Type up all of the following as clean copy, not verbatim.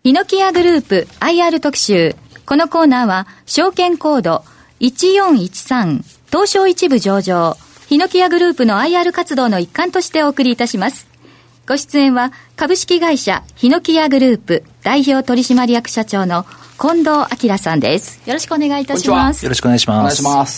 ヒノキヤグループ IR 特集。このコーナーは証券コード1413東証一部上場ヒノキヤグループの IR 活動の一環としてお送りいたします。ご出演は株式会社ヒノキヤグループ代表取締役社長の近藤明さんです。よろしくお願いいたします。 よろしくお願いします。 お願いします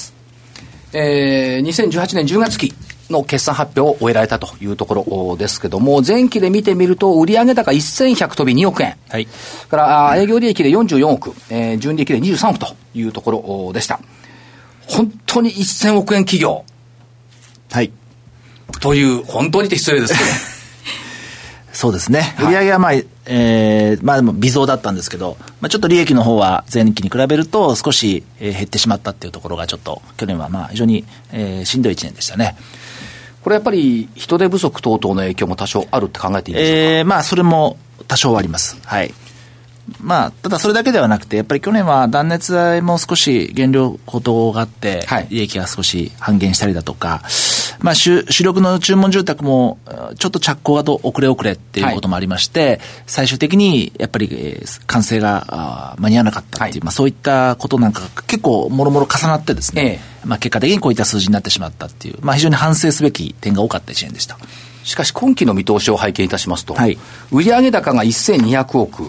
。2018年10月期の決算発表を終えられたというところですけども、前期で見てみると売上高1100飛び2億円、はい、から営業利益で44億、純利益で23億というところでした。本当に1000億円企業、はい、という本当にって失礼ですけどそうですね、売上はまあでも微増だったんですけど、ちょっと利益の方は前期に比べると少し減ってしまったっていうところがちょっと去年は非常にしんどい1年でしたね。 これやっぱり人手不足等々の影響も多少あるって考えていいでしょうか。 それも多少あります。はい。ただそれだけではなくて、やっぱり去年は断熱材も少し原料高騰があって、利益が少し半減したりだとか、主力の注文住宅もちょっと着工が遅れっていうこともありまして、最終的にやっぱり完成が間に合わなかったっていう、そういったことなんか結構もろもろ重なってですね、結果的にこういった数字になってしまったっていう、非常に反省すべき点が多かった1年でした。 しかし今期の見通しを拝見いたしますと、売上高が1200億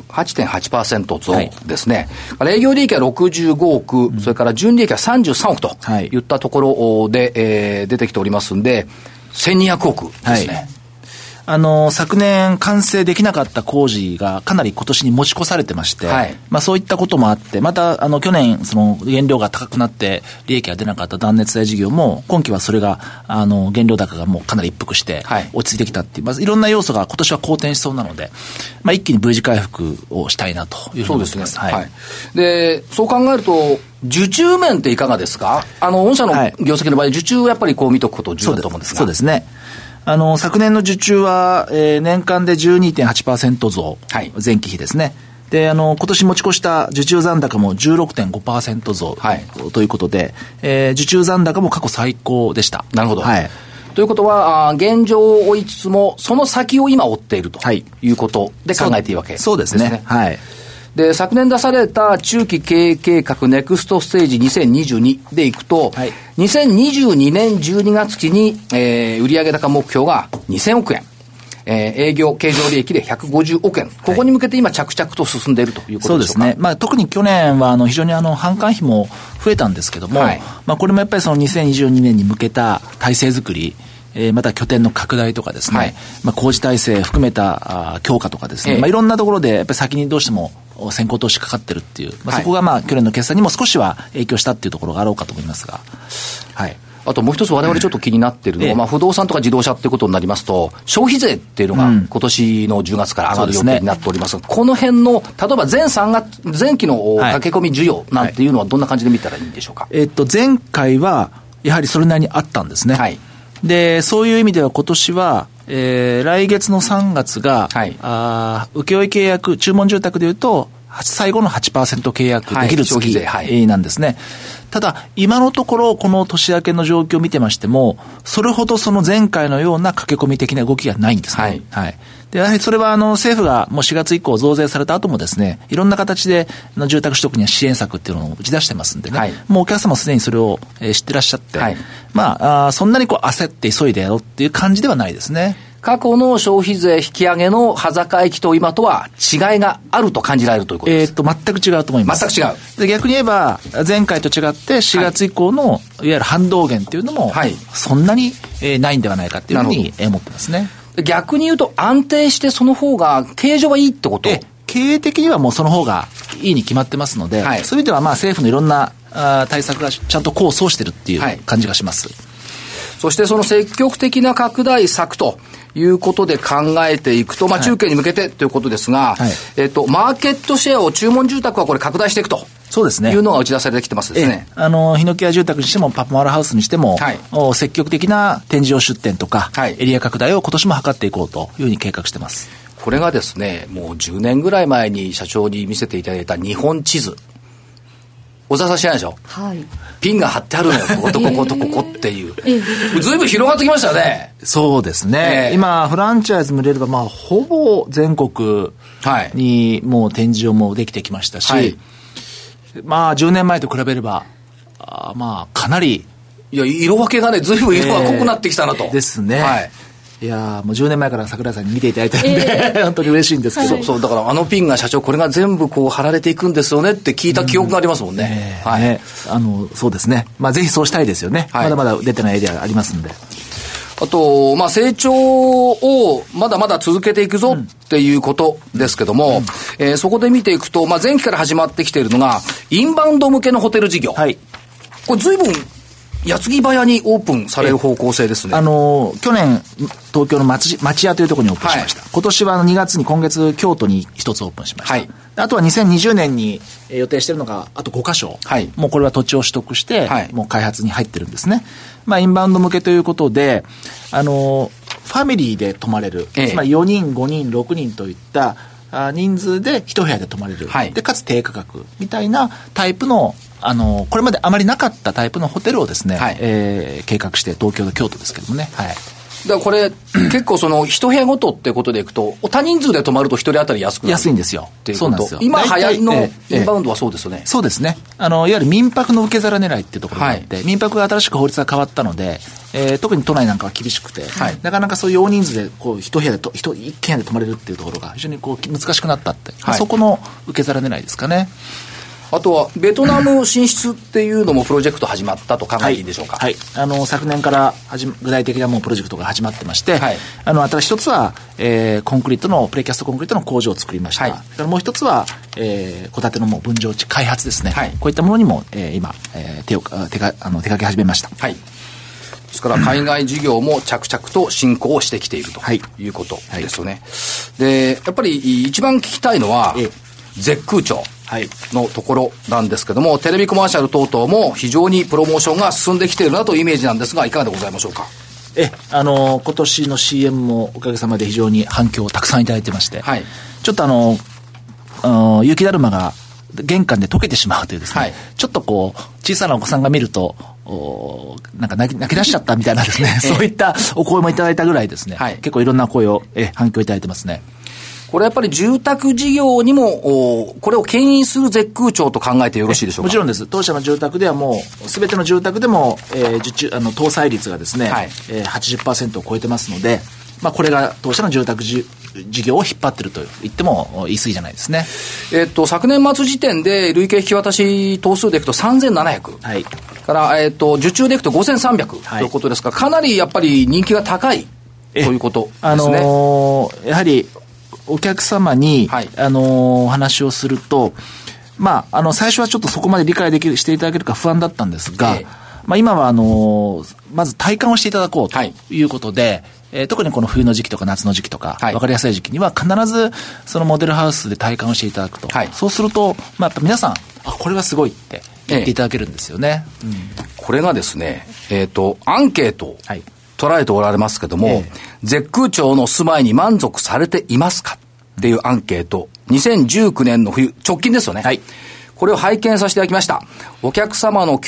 8.8% 増ですね、営業利益は65億、それから純利益は33億といったところで、出てきておりますんで1200億ですね。 昨年完成できなかった工事がかなり今年に持ち越されてまして、そういったこともあって、また去年その原料が高くなって利益が出なかった断熱材事業も今期はそれが原料高がもうかなり一服して落ち着いてきたっていう、いろんな要素が今年は好転しそうなので、一気に V 字回復をしたいなというふうに思ってます。 で、そう考えると受注面っていかがですか。御社の業績の場合、受注をやっぱりこう見とくこと重要だと思うんですが。 そうですね。昨年の受注は、年間で 12.8% 増、前期比ですね。で、今年持ち越した受注残高も 16.5% 増、ということで、受注残高も過去最高でした。 なるほど。ということは、現状を追いつつも、その先を今追っているということで考えていいわけですね。 そうですね。はい。 で、昨年出された中期経営計画ネクストステージ2022でいくと、2022年12月期に、売上高目標が2000億円、営業経常利益で150億円、ここに向けて今着々と進んでいるということでしょうか。 そうですね。特に去年は非常に販管費も増えたんですけども、これもやっぱりその2022年に向けた体制作り、また拠点の拡大とかですね、工事体制含めた強化とかですね、いろんなところでやっぱり先にどうしても先行投資かかってるっていう、そこが去年の決算にも少しは影響したっていうところがあろうかと思いますが、 あともう一つ我々ちょっと気になっているのは、不動産とか自動車っていうことになりますと、消費税っていうのが今年の10月から上がる予定になっておりますが、この辺の例えば前期の駆け込み需要なんていうのはどんな感じで見たらいいんでしょうか。 前回はやはりそれなりにあったんですね。で、そういう意味では今年は、来月の3月が、請負契約、注文住宅でいうと、最後の 8% 契約できる月なんですね。ただ、今のところ、この年明けの状況を見てましても、それほどその前回のような駆け込み的な動きがないんですね。で、やはりそれは政府がもう4月以降増税された後もですね、いろんな形で住宅取得には支援策っていうのを打ち出してますんでね、もうお客様すでにそれを知ってらっしゃって、そんなに焦って急いでやろうっていう感じではないですね。 過去の消費税引き上げの端境期と今とは違いがあると感じられるということです。 全く違うと思います。 全く違う。 で、逆に言えば前回と違って4月以降のいわゆる反動減っていうのもそんなにないんではないかっていうふうに思ってますね。 逆に言うと安定してその方が経営上はいいってこと？ 経営的にはもうその方がいいに決まってますので、そういう意味では政府のいろんな対策がちゃんと功を奏してるっていう感じがします。 そしてその積極的な拡大策ということで考えていくと、中継に向けてということですが、マーケットシェアを注文住宅はこれ拡大していくと。 そうですね。 いうのが打ち出されてきてますですね。 ヒノキヤ住宅にしてもパプマルハウスにしても、積極的な展示場出店とか、エリア拡大を今年も図っていこうというふうに計画してます。 これがですね、もう10年ぐらい前に社長に見せていただいた日本地図。 小沢さん知らないでしょ、はい、ピンが張ってあるのよ、こことこことここっていう。ずいぶん広がってきましたね。 そうですね。今、フランチャイズも入れれば、まあ、ほぼ全国にもう展示場もできてきましたし、はい、まあ、10年前と比べれば、まあ、かなり。 いや、色分けがね、ずいぶん色が濃くなってきたなと。 ですね。はい。いやもう10年前から桜井さんに見ていただいてるんで、本当に嬉しいんですけど、 そうだからあのピンが社長これが全部こう貼られていくんですよねって聞いた記憶がありますもんね。 はい、そうですね。まあぜひそうしたいですよね。はい、まだまだ出てないエリアがありますんで。 あと、まあ、成長をまだまだ続けていくぞっていうことですけども、そこで見ていくと、まあ、前期から始まってきているのがインバウンド向けのホテル事業。はい、これ随分矢継ぎ早にオープンされる方向性ですね。 去年東京の町屋というところにオープンしました。はい、今年は2月に今月京都に一つオープンしました。はい、あとは2020年に予定しているのがあと5カ所、はい、もうこれは土地を取得して、はい、もう開発に入ってるんですね。まあインバウンド向けということでファミリーで泊まれる、つまり4人5人6人といった人数で一部屋で泊まれる、はい、でかつ低価格みたいなタイプのこれまであまりなかったタイプのホテルをですね、はい、計画して東京と京都ですけどもね。はい。 だからこれ結構その一部屋ごとってことでいくと多人数で泊まると一人当たり安くなる。 安いんですよ。 そうなんですよ。今流行りのインバウンドはそうですよね。 そうですね。いわゆる民泊の受け皿狙いっていうところがあって、はい、民泊が新しく法律が変わったので、特に都内なんかは厳しくて、はい、なかなかそういう大人数でこう一部屋で一軒家で泊まれるっていうところが非常にこう難しくなったって、はい、そこの受け皿狙いですかね。 あとはベトナム進出っていうのもプロジェクト始まったと考えていいでしょうか。 はい、はい、昨年から具体的なもうプロジェクトが始まってまして、はい、一つは、コンクリートのプレキャストコンクリートの工場を作りました。はい、もう一つは、戸建てのもう分譲地開発ですね。はい、こういったものにも、今、手掛け始めました。はい。 ですから海外事業も着々と進行をしてきているということですよね。はいはい、でやっぱり一番聞きたいのは、絶空調のところなんですけども、テレビコマーシャル等々も非常にプロモーションが進んできているなというイメージなんですが、いかがでございましょうか。 今年の CM もおかげさまで非常に反響をたくさんいただいてまして、はい、ちょっと雪だるまが玄関で溶けてしまうというですね、はい、ちょっとこう小さなお子さんが見るとなんか泣き出しちゃったみたいなですねそういったお声もいただいたぐらいですね、はい、結構いろんな声を反響いただいてますね。 これやっぱり住宅事業にもこれを牽引する絶空調と考えてよろしいでしょうか。 もちろんです。当社の住宅ではもう全ての住宅でも、搭載率がですね、はい、80% を超えてますので、まあ、これが当社の住宅事業を引っ張ってると言っても言い過ぎじゃないですね。 昨年末時点で累計引き渡し棟数でいくと3700、はい、から、受注でいくと5300、はい、ということですから、かなりやっぱり人気が高いということですね。 やはりお客様に、はい、お話をすると、まあ、最初はちょっとそこまで理解していただけるか不安だったんですが、まあ、今はまず体感をしていただこうということで、はい、特にこの冬の時期とか夏の時期とか、はい、分かりやすい時期には必ずそのモデルハウスで体感をしていただくと、はい、そうすると、まあ、やっぱ皆さんこれはすごいって言っていただけるんですよね。 これがですね、アンケート、はい、捉えておられますけども、絶空調の住まいに満足されていますかっていうアンケート、2019年の冬、直近ですよね。はい。これを拝見させていただきました。お客様の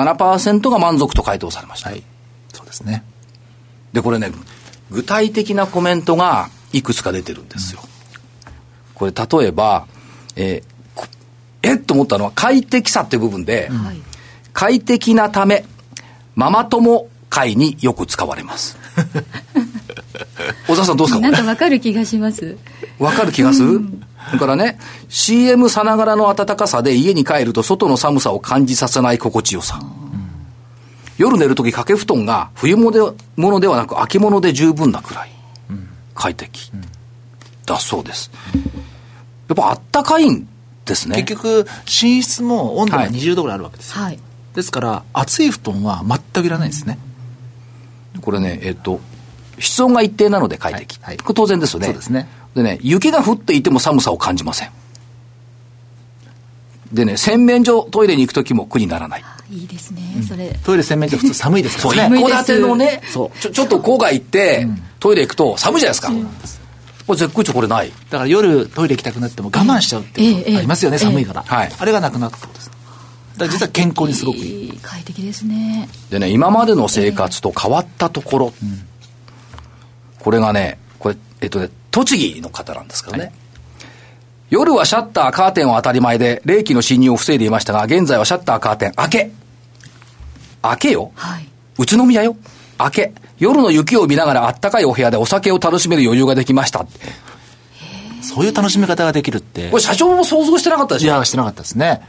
97% が満足と回答されました。はい。 そうですね。 で、これね、具体的なコメントがいくつか出てるんですよ。これ例えば、と思ったのは快適さっていう部分で、快適なため、ママ友会によく使われます小沢さんどうですか。 なんかわかる気がします。 わかる気がする、だからね CM さながらの暖かさで家に帰ると外の寒さを感じさせない心地よさ、夜寝るとき掛け布団が冬物ではなく秋物で十分なくらい快適、だそうです。やっぱあったかいんですね。 結局寝室も温度が20度ぐらいあるわけですよ、はい、ですから暑い布団は全くいらないですね。 これね、室温が一定なので快適、はいはい、これ当然ですよね。 そうですね。 でね、雪が降っていても寒さを感じません。でね、洗面所トイレに行くときも苦にならない。 いいですね、それ。 トイレ洗面所普通寒いですよね。戸建てのね、ちょっと郊外行って、トイレ行くと寒いじゃないですか。これ絶空調これない。 だから夜トイレ行きたくなっても我慢しちゃうっていうことありますよね、寒いから、はい、あれがなくなったことです。 だから実は健康にすごくいい。 快適ですね。 でね、今までの生活と変わったところ、これがね、栃木の方なんですけどね、はい、夜はシャッターカーテンは当たり前で冷気の侵入を防いでいましたが、現在はシャッターカーテン開けよ、はい、宇都宮よ、開け、夜の雪を見ながらあったかいお部屋でお酒を楽しめる余裕ができました。 そういう楽しみ方ができるって、 これ社長も想像してなかったでしょ。 いや、してなかったですね。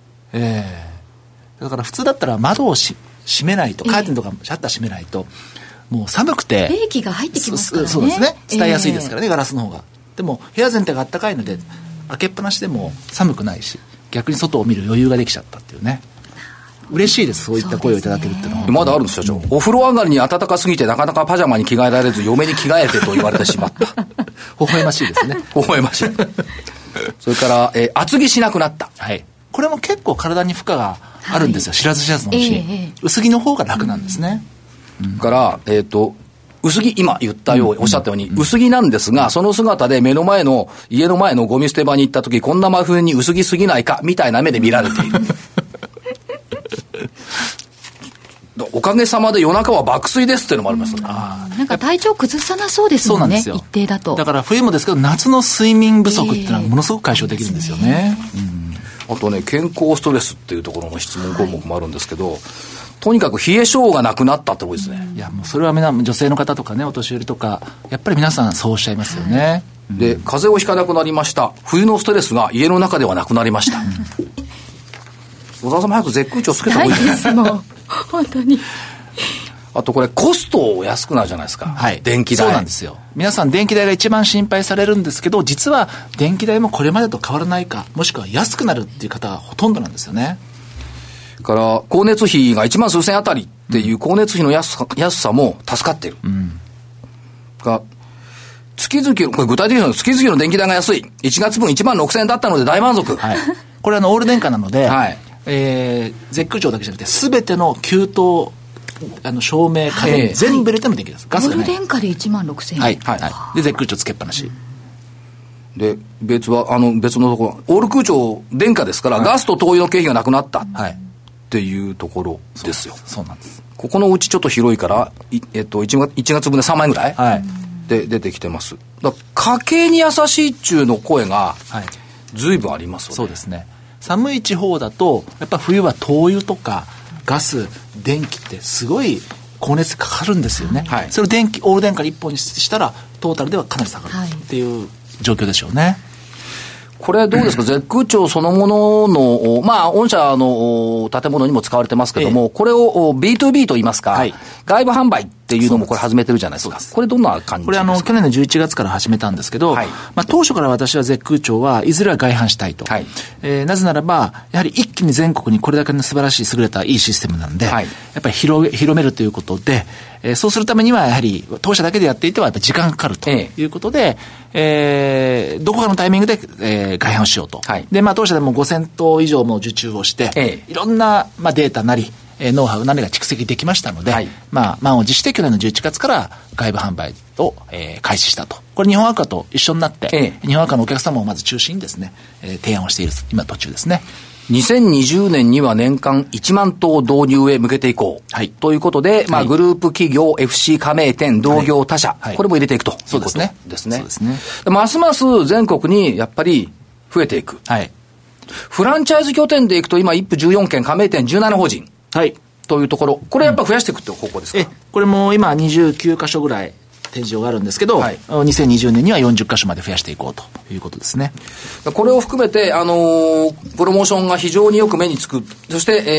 だから普通だったら窓を閉めないと、カーテンとかシャッター閉めないと、もう寒くて冷気が入ってきますからね。 そうですね、伝えやすいですからね、ガラスの方が。でも部屋全体があったかいので開けっぱなしでも寒くないし、逆に外を見る余裕ができちゃったっていうね。嬉しいです、そういった声をいただけるっていうのは。 まだあるんですよ、社長。お風呂上がりに暖かすぎてなかなかパジャマに着替えられず、嫁に着替えてと言われてしまった微笑ましいですね。 微笑ましい。それから、厚着しなくなった、 はい、これも結構体に負荷があるんですよ、はい、知らず知らずのうちに、薄着の方が楽なんですね、 から、薄着、今言ったように、おっしゃったように、薄着なんですが、その姿で家の前のゴミ捨て場に行った時、こんな真冬に薄着すぎないかみたいな目で見られている。おかげさまで夜中は爆睡ですっていうのもありますよね。 なんか体調崩さなそうですもんね。そうなんですよ。一定だと。 だから冬もですけど、夏の睡眠不足っていうのはものすごく解消できるんですよね。 あとね、健康ストレスっていうところの質問項目もあるんですけど、とにかく冷え性がなくなったってことですね。 いや、もうそれは女性の方とかね、お年寄りとか、やっぱり皆さんそうおっしゃいますよね。 で、風邪をひかなくなりました。冬のストレスが家の中ではなくなりました。小沢さんも早く絶空調つけた方がいいです。 もう本当に。 あとこれコスト安くなるじゃないですか、はい、電気代。 そうなんですよ。皆さん電気代が一番心配されるんですけど、実は電気代もこれまでと変わらないか、もしくは安くなるっていう方はほとんどなんですよね。 から光熱費が1万数千あたりっていう光熱費の安さも助かっている、が月々、これ具体的には月々の電気代が安い、1月分1万6千円だったので大満足、はい、 これオール電化なので、はい、絶空調だけじゃなくて全ての給湯照明家電、全部入れてもできるんです。ガスがない。 オール電化で1万6000円、 はいはいはい、で絶空調つけっぱなしで、別のところ、オール空調電化ですから、はい、ガスと灯油の経費がなくなった、はい、っていうところですよ。 そうなんです。 ここのうちちょっと広いから、1月分で3万円ぐらい、はい、で出てきてます。だから家計に優しいっちゅうの声が随分ありますよね。 そうですね。寒い地方だとやっぱ冬は灯油とかガス、電気ってすごい光熱かかるんですよね、はい、それをオール電化1本にしたらトータルではかなり下がるっていう状況でしょうね。 これどうですか、絶空調そのものの、御社の建物にも使われてますけども、これを B2B と言いますか、はい、外部販売っていうのもこれ始めてるじゃないですか。これどんな感じですか。 これ去年の11月から始めたんですけど、はい、当初から私は絶空調はいずれは外販したいと、はい、なぜならばやはり一気に全国にこれだけの素晴らしい優れたいいシステムなんで、はい、やっぱり広めるということで、そうするためにはやはり当社だけでやっていてはやっぱり時間がかかるということで、どこかのタイミングで、外販をしようと、はい、で当社でも5000棟以上も受注をして、いろんな、データなりノウハウなりが蓄積できましたので、はい、満を持して去年の11月から外部販売を、開始したと。これ日本アクアと一緒になって、日本アクアのお客様をまず中心にですね、提案をしている今途中ですね。 2020年には年間1万棟導入へ向けていこう、はい、ということで、はい、グループ企業 FC 加盟店同業他社、はい、これも入れていくということですね。そうですね。ますます全国にやっぱり増えていく、はい、フランチャイズ拠点でいくと今1府14県加盟店17法人、はい、というところ、これやっぱ増やしていくって方向ですか。 これも今29カ所ぐらい展示場があるんですけど、はい、2020年には40カ所まで増やしていこうということですね。 これを含めて、プロモーションが非常によく目につく、そして、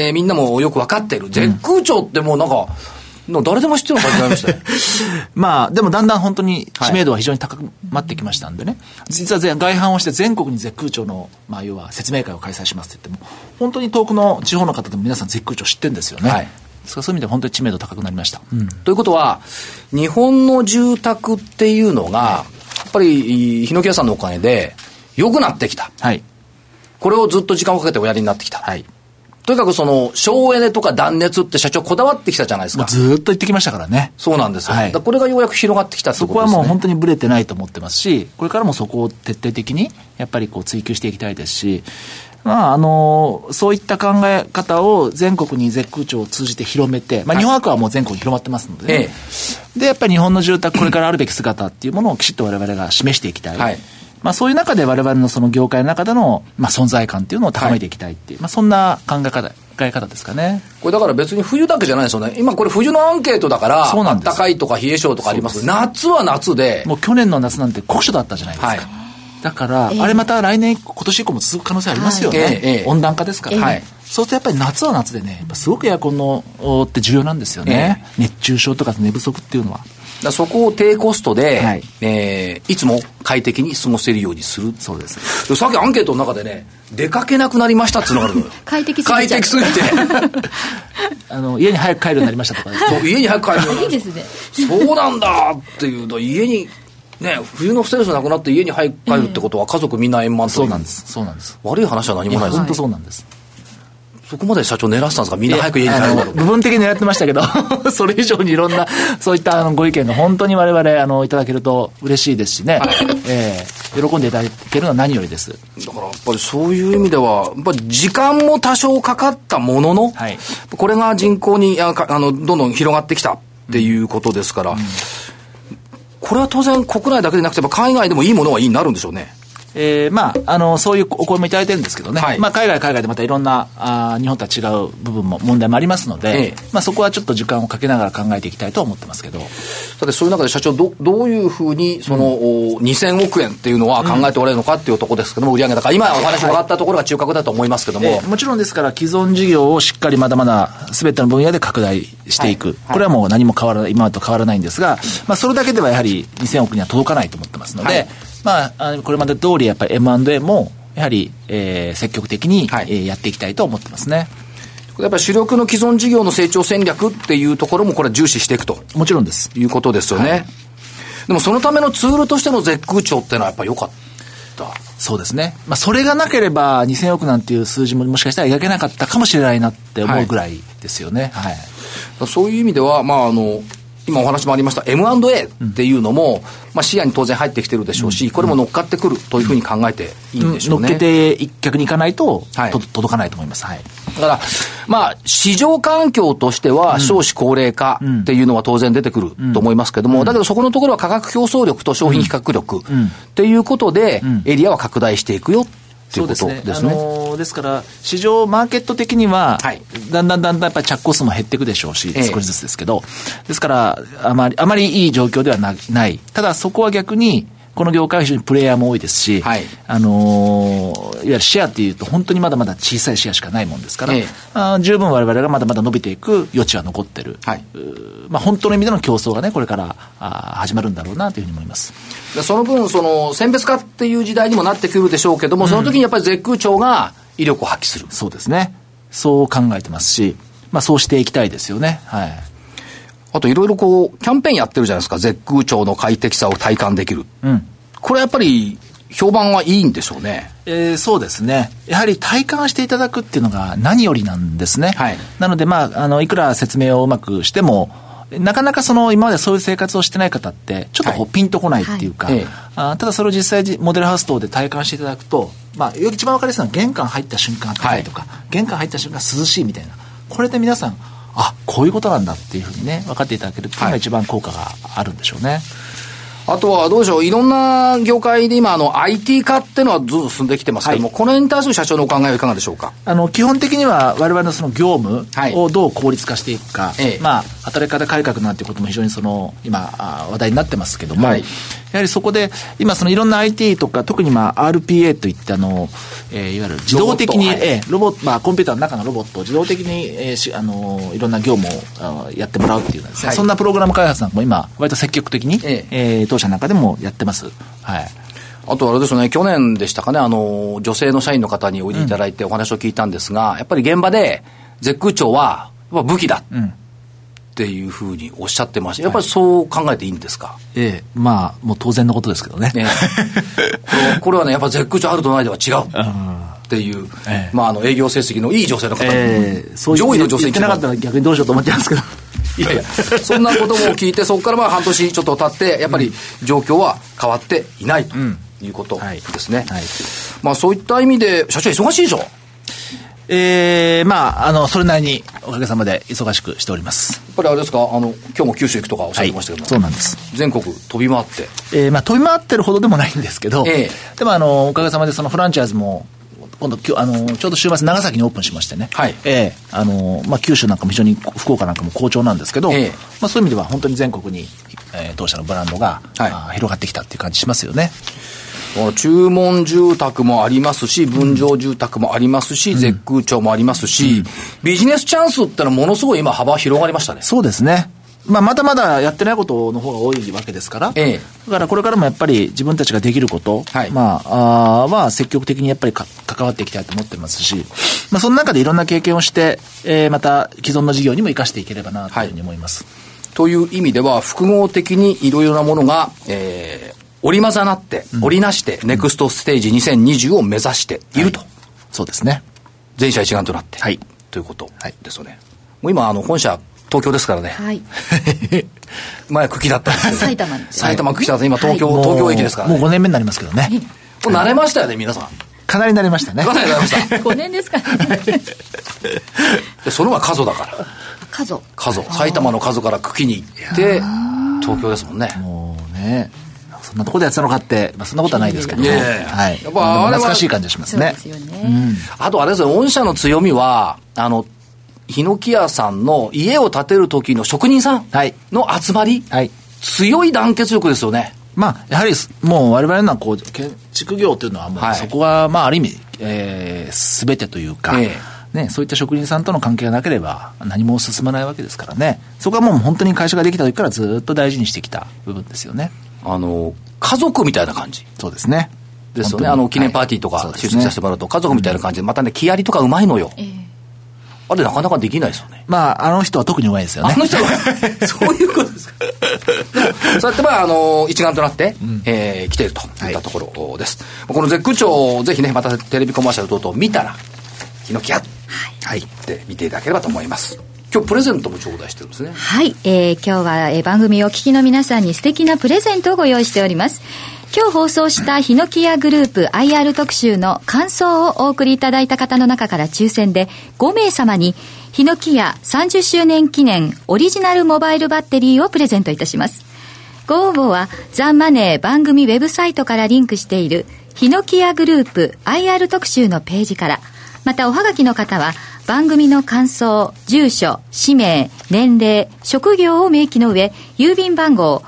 みんなもよく分かっている、絶空調ってもうなんか誰でも知ってるのかと思いましたね。 でもだんだん本当に知名度は非常に高まってきましたんでね、実は外販をして全国に絶空調の、要は説明会を開催しますって言っても、本当に遠くの地方の方でも皆さん絶空調知ってるんですよね。はい、そういう意味では本当に知名度高くなりました。 ということは、日本の住宅っていうのが、やっぱり、日野木屋さんのおかげで、良くなってきた。はい。これをずっと時間をかけておやりになってきた。はい。とにかく省エネとか断熱って社長こだわってきたじゃないですか。 ずっと言ってきましたからね。 そうなんですよ。はい、これがようやく広がってきたってことですね。 そこはもう本当にブレてないと思ってますし、これからもそこを徹底的に、やっぱり追求していきたいですし、 そういった考え方を全国に絶空調を通じて広めて、日本アクアはもう全国に広まってますので、で、やっぱり日本の住宅これからあるべき姿っていうものをきちっと我々が示していきたい。そういう中で我々のその業界の中での、存在感っていうのを高めていきたいっていう、そんな考え方ですかね。 これだから別に冬だけじゃないですよね。今これ冬のアンケートだから、あったかいとか冷え性とかありますけど、夏は夏で。 もう去年の夏なんて酷暑だったじゃないですか。だから、あれまた来年、今年以降も続く可能性ありますよね。温暖化ですから。そうするとやっぱり夏は夏でね、やっぱすごくエアコンのって重要なんですよね。熱中症とか寝不足っていうのは。 そこを低コストで、いつも快適に過ごせるようにする。 そうです。 さっきアンケートの中でね、出かけなくなりましたっていうのがあるのよ。 快適すぎて。 家に早く帰るようになりましたとか、ね。 そう、家に早く帰るようになりました。 いいですね。 そうなんだっていうと、家に、ね、冬のストレスなくなって家に早く帰るってことは家族みんな円満という。 そうなんです。そうなんです。 悪い話は何もないです。 本当そうなんです。 そこまで社長狙ってたんですか？みんな早く家に帰るだろう。 部分的に狙ってましたけどそれ以上にいろんなそういったご意見が本当に我々いただけると嬉しいですしね、喜んでいただけるのは何よりです。 だからやっぱりそういう意味ではやっぱり時間も多少かかったものの、これが人口にどんどん広がってきたっていうことですから、これは当然国内だけでなくて海外でもいいものはいいになるんでしょうね。 そういうお声もいただいてるんですけどね、海外でまたいろんな日本とは違う部分も問題もありますので、そこはちょっと時間をかけながら考えていきたいと思ってますけど。 さてそういう中で社長どういうふうにその、2000億円っていうのは考えておられるのかっていうところですけども、売上高今お話伺ったところが中核だと思いますけども、 もちろんですから既存事業をしっかりまだまだ全ての分野で拡大していく、これはもう何も変わらない、今と変わらないんですが、それだけではやはり2000億には届かないと思ってますので、これまで通りやっぱり M&A もやはり、積極的に、やっていきたいと思ってますね。 やっぱり主力の既存事業の成長戦略っていうところもこれ重視していくと。 もちろんです。 いうことですよね。でもそのためのツールとしての絶空調っていうのはやっぱり良かった。 そうですね。それがなければ2000億なんていう数字ももしかしたら描けなかったかもしれないなって思うぐらいですよね。 そういう意味では今お話もありました M&A っていうのも、視野に当然入ってきてるでしょうし、これも乗っかってくるというふうに考えていいんでしょうね。 乗っけて逆にいかないと、届かないと思います。 だから市場環境としては少子高齢化っていうのは当然出てくると思いますけども、だけどそこのところは価格競争力と商品比較力っていうことでエリアは拡大していくよということですね。 ですから市場マーケット的には、だんだんやっぱり着工数も減っていくでしょうし、少しずつですけど、ですからあまりいい状況ではない。ただそこは逆にこの業界は非常にプレイヤーも多いですし、いわゆるシェアっていうと本当にまだまだ小さいシェアしかないもんですから、十分我々がまだまだ伸びていく余地は残ってる。本当の意味での競争がねこれから始まるんだろうなというふうに思います。 その分選別化っていう時代にもなってくるでしょうけども、その時にやっぱり絶空調が威力を発揮する。 そうですね。そう考えてますし、そうしていきたいですよね。 あといろいろキャンペーンやってるじゃないですか。絶空調の快適さを体感できる。これやっぱり評判はいいんでしょうね。 そうですね。やはり体感していただくっていうのが何よりなんですね。なのでいくら説明をうまくしてもなかなか今までそういう生活をしてない方ってちょっとピンとこないっていうか、ただそれを実際モデルハウス等で体感していただくと、一番わかりやすいのは玄関入った瞬間高いとか、玄関入った瞬間涼しいみたいな、これで皆さんこういうことなんだっていうふうにね分かっていただけるっていうのが一番効果があるんでしょうね。 あとはどうでしょう、いろんな業界で今IT 化っていうのはずっと進んできてますけども、この辺に対する社長のお考えはいかがでしょうか。 基本的には我々のその業務をどう効率化していくか、働き方改革なんていうことも非常に今話題になってますけども、やはりそこで今いろんな IT とか特にRPA といったいわゆる自動的にロボット、コンピューターの中のロボットを自動的にいろんな業務をやってもらうっていうですね、そんなプログラム開発なんかも今割と積極的に当社なんかでもやってます。 あとあれですね、去年でしたかね、女性の社員の方においでいただいてお話を聞いたんですが、やっぱり現場で絶空調は武器だっていうふうにおっしゃってました。やっぱりそう考えていいんですか。 もう当然のことですけどね。 これはね、やっぱ絶空調あるとないでは違うっていう、営業成績のいい女性の方、上位の女性言ってなかったら逆にどうしようと思っちゃうんですけど。 そんなことも聞いて、そこから半年ちょっと経ってやっぱり状況は変わっていないということですね。そういった意味で社長忙しいでしょ。 まあ、それなりにおかげさまで忙しくしております。 やっぱりあれですか、今日も九州行くとかおっしゃってましたけども、 そうなんです。 全国飛び回って。 まあ、飛び回ってるほどでもないんですけど、でもおかげさまでそのフランチャイズも、今度ちょうど週末長崎にオープンしましてね。はい。まあ、九州なんかも非常に福岡なんかも好調なんですけど、まあ、そういう意味では本当に全国に、当社のブランドが、広がってきたっていう感じしますよね。 注文住宅もありますし、分譲住宅もありますし、絶空調もありますし、ビジネスチャンスってのはものすごい今幅広がりましたね。 そうですね。まあ、まだまだやってないことの方が多いわけですから、だからこれからもやっぱり自分たちができること、まあ、は積極的にやっぱり関わっていきたいと思ってますし、まあ、その中でいろんな経験をして、また既存の事業にも生かしていければなというふうに思います。 という意味では、複合的にいろいろなものが、織り交ざなって、織りなして、ネクストステージ2020を目指していると。 そうですね。 全社一丸となって。ということですよね。もう今、本社、東京ですからね。前久喜だったんですけど。埼玉久喜だった今東京駅ですからね。 もう5年目になりますけどね。もう慣れましたよね、皆さん。 かなり慣れましたね。 かなり慣れました。 5年ですかね。 その方が加須だから。 加須。 埼玉の加須から久喜に行って、東京ですもんね。 もうね。そんなところでやってたのかって、まあ、そんなことはないですけどね。はい。やっぱ懐かしい感じがしますね。 そうですよね。 あとあれですよ、御社の強みは、ヒノキ屋さんの家を建てる時の職人さんの集まり、強い団結力ですよね。 まあ、やはりもう我々の建築業というのはもうそこはまあある意味、全てというか、ね、そういった職人さんとの関係がなければ何も進まないわけですからね。そこはもう本当に会社ができた時からずっと大事にしてきた部分ですよね。 家族みたいな感じ。 そうですね。 ですよね。記念パーティーとか出席させてもらうと、家族みたいな感じで、またね、気やりとかうまいのよ。あれなかなかできないですよね。 まあ、あの人は特にうまいですよね。 あの人はそういうことですか。そうやってまあ、一丸となって、来ているといったところです。この絶空調をぜひね、またテレビコマーシャル等々見たら、ヒノキ屋って見ていただければと思います。今日プレゼントも頂戴してるんですね。 はい、今日は、番組をお聞きの皆さんに素敵なプレゼントをご用意しております。今日放送したヒノキ屋グループ IR 特集の感想をお送りいただいた方の中から抽選で5名様にヒノキ屋30周年記念オリジナルモバイルバッテリーをプレゼントいたします。ご応募はザンマネー番組ウェブサイトからリンクしているヒノキ屋グループ IR 特集のページから、またおはがきの方は番組の感想、住所、氏名、年齢、職業を明記の上、郵便番号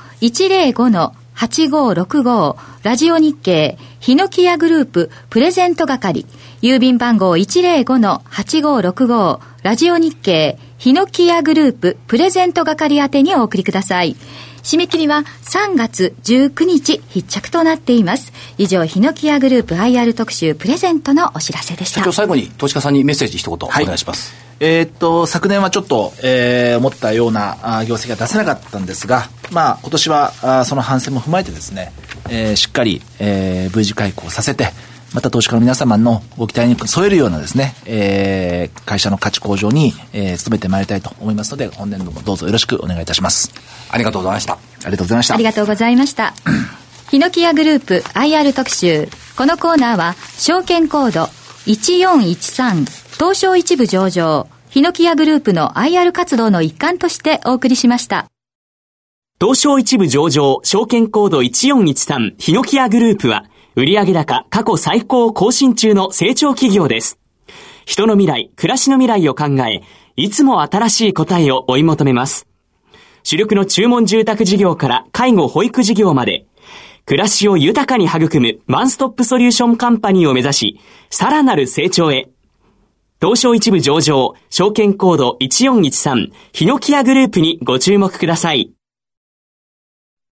105-8565 ラジオ日経ヒノキ屋グループプレゼント係、郵便番号 105-8565 ラジオ日経ヒノキ屋グループプレゼント係宛てにお送りください。締め切りは3月19日必着となっています。以上、ヒノキ屋グループ IR 特集プレゼントのお知らせでした。 今日最後に投資家さんにメッセージ一言お願いします。 昨年はちょっと、思ったような業績が出せなかったんですが、まあ今年はその反省も踏まえてですね、しっかり、V 字回復をさせて、また投資家の皆様のご期待に添えるようなですね、会社の価値向上に、努めてまいりたいと思いますので、本年度もどうぞよろしくお願いいたします。 ありがとうございました。 ありがとうございました。 ありがとうございました。ヒノキ屋グループ IR 特集。このコーナーは証券コード1413東証一部上場ヒノキ屋グループの IR 活動の一環としてお送りしました。 東証一部上場証券コード1413ヒノキ屋グループは売上高過去最高を更新中の成長企業です。人の未来、暮らしの未来を考え、いつも新しい答えを追い求めます。主力の注文住宅事業から介護保育事業まで、暮らしを豊かに育むワンストップソリューションカンパニーを目指し、さらなる成長へ。東証一部上場、証券コード1413ヒノキ屋グループにご注目ください。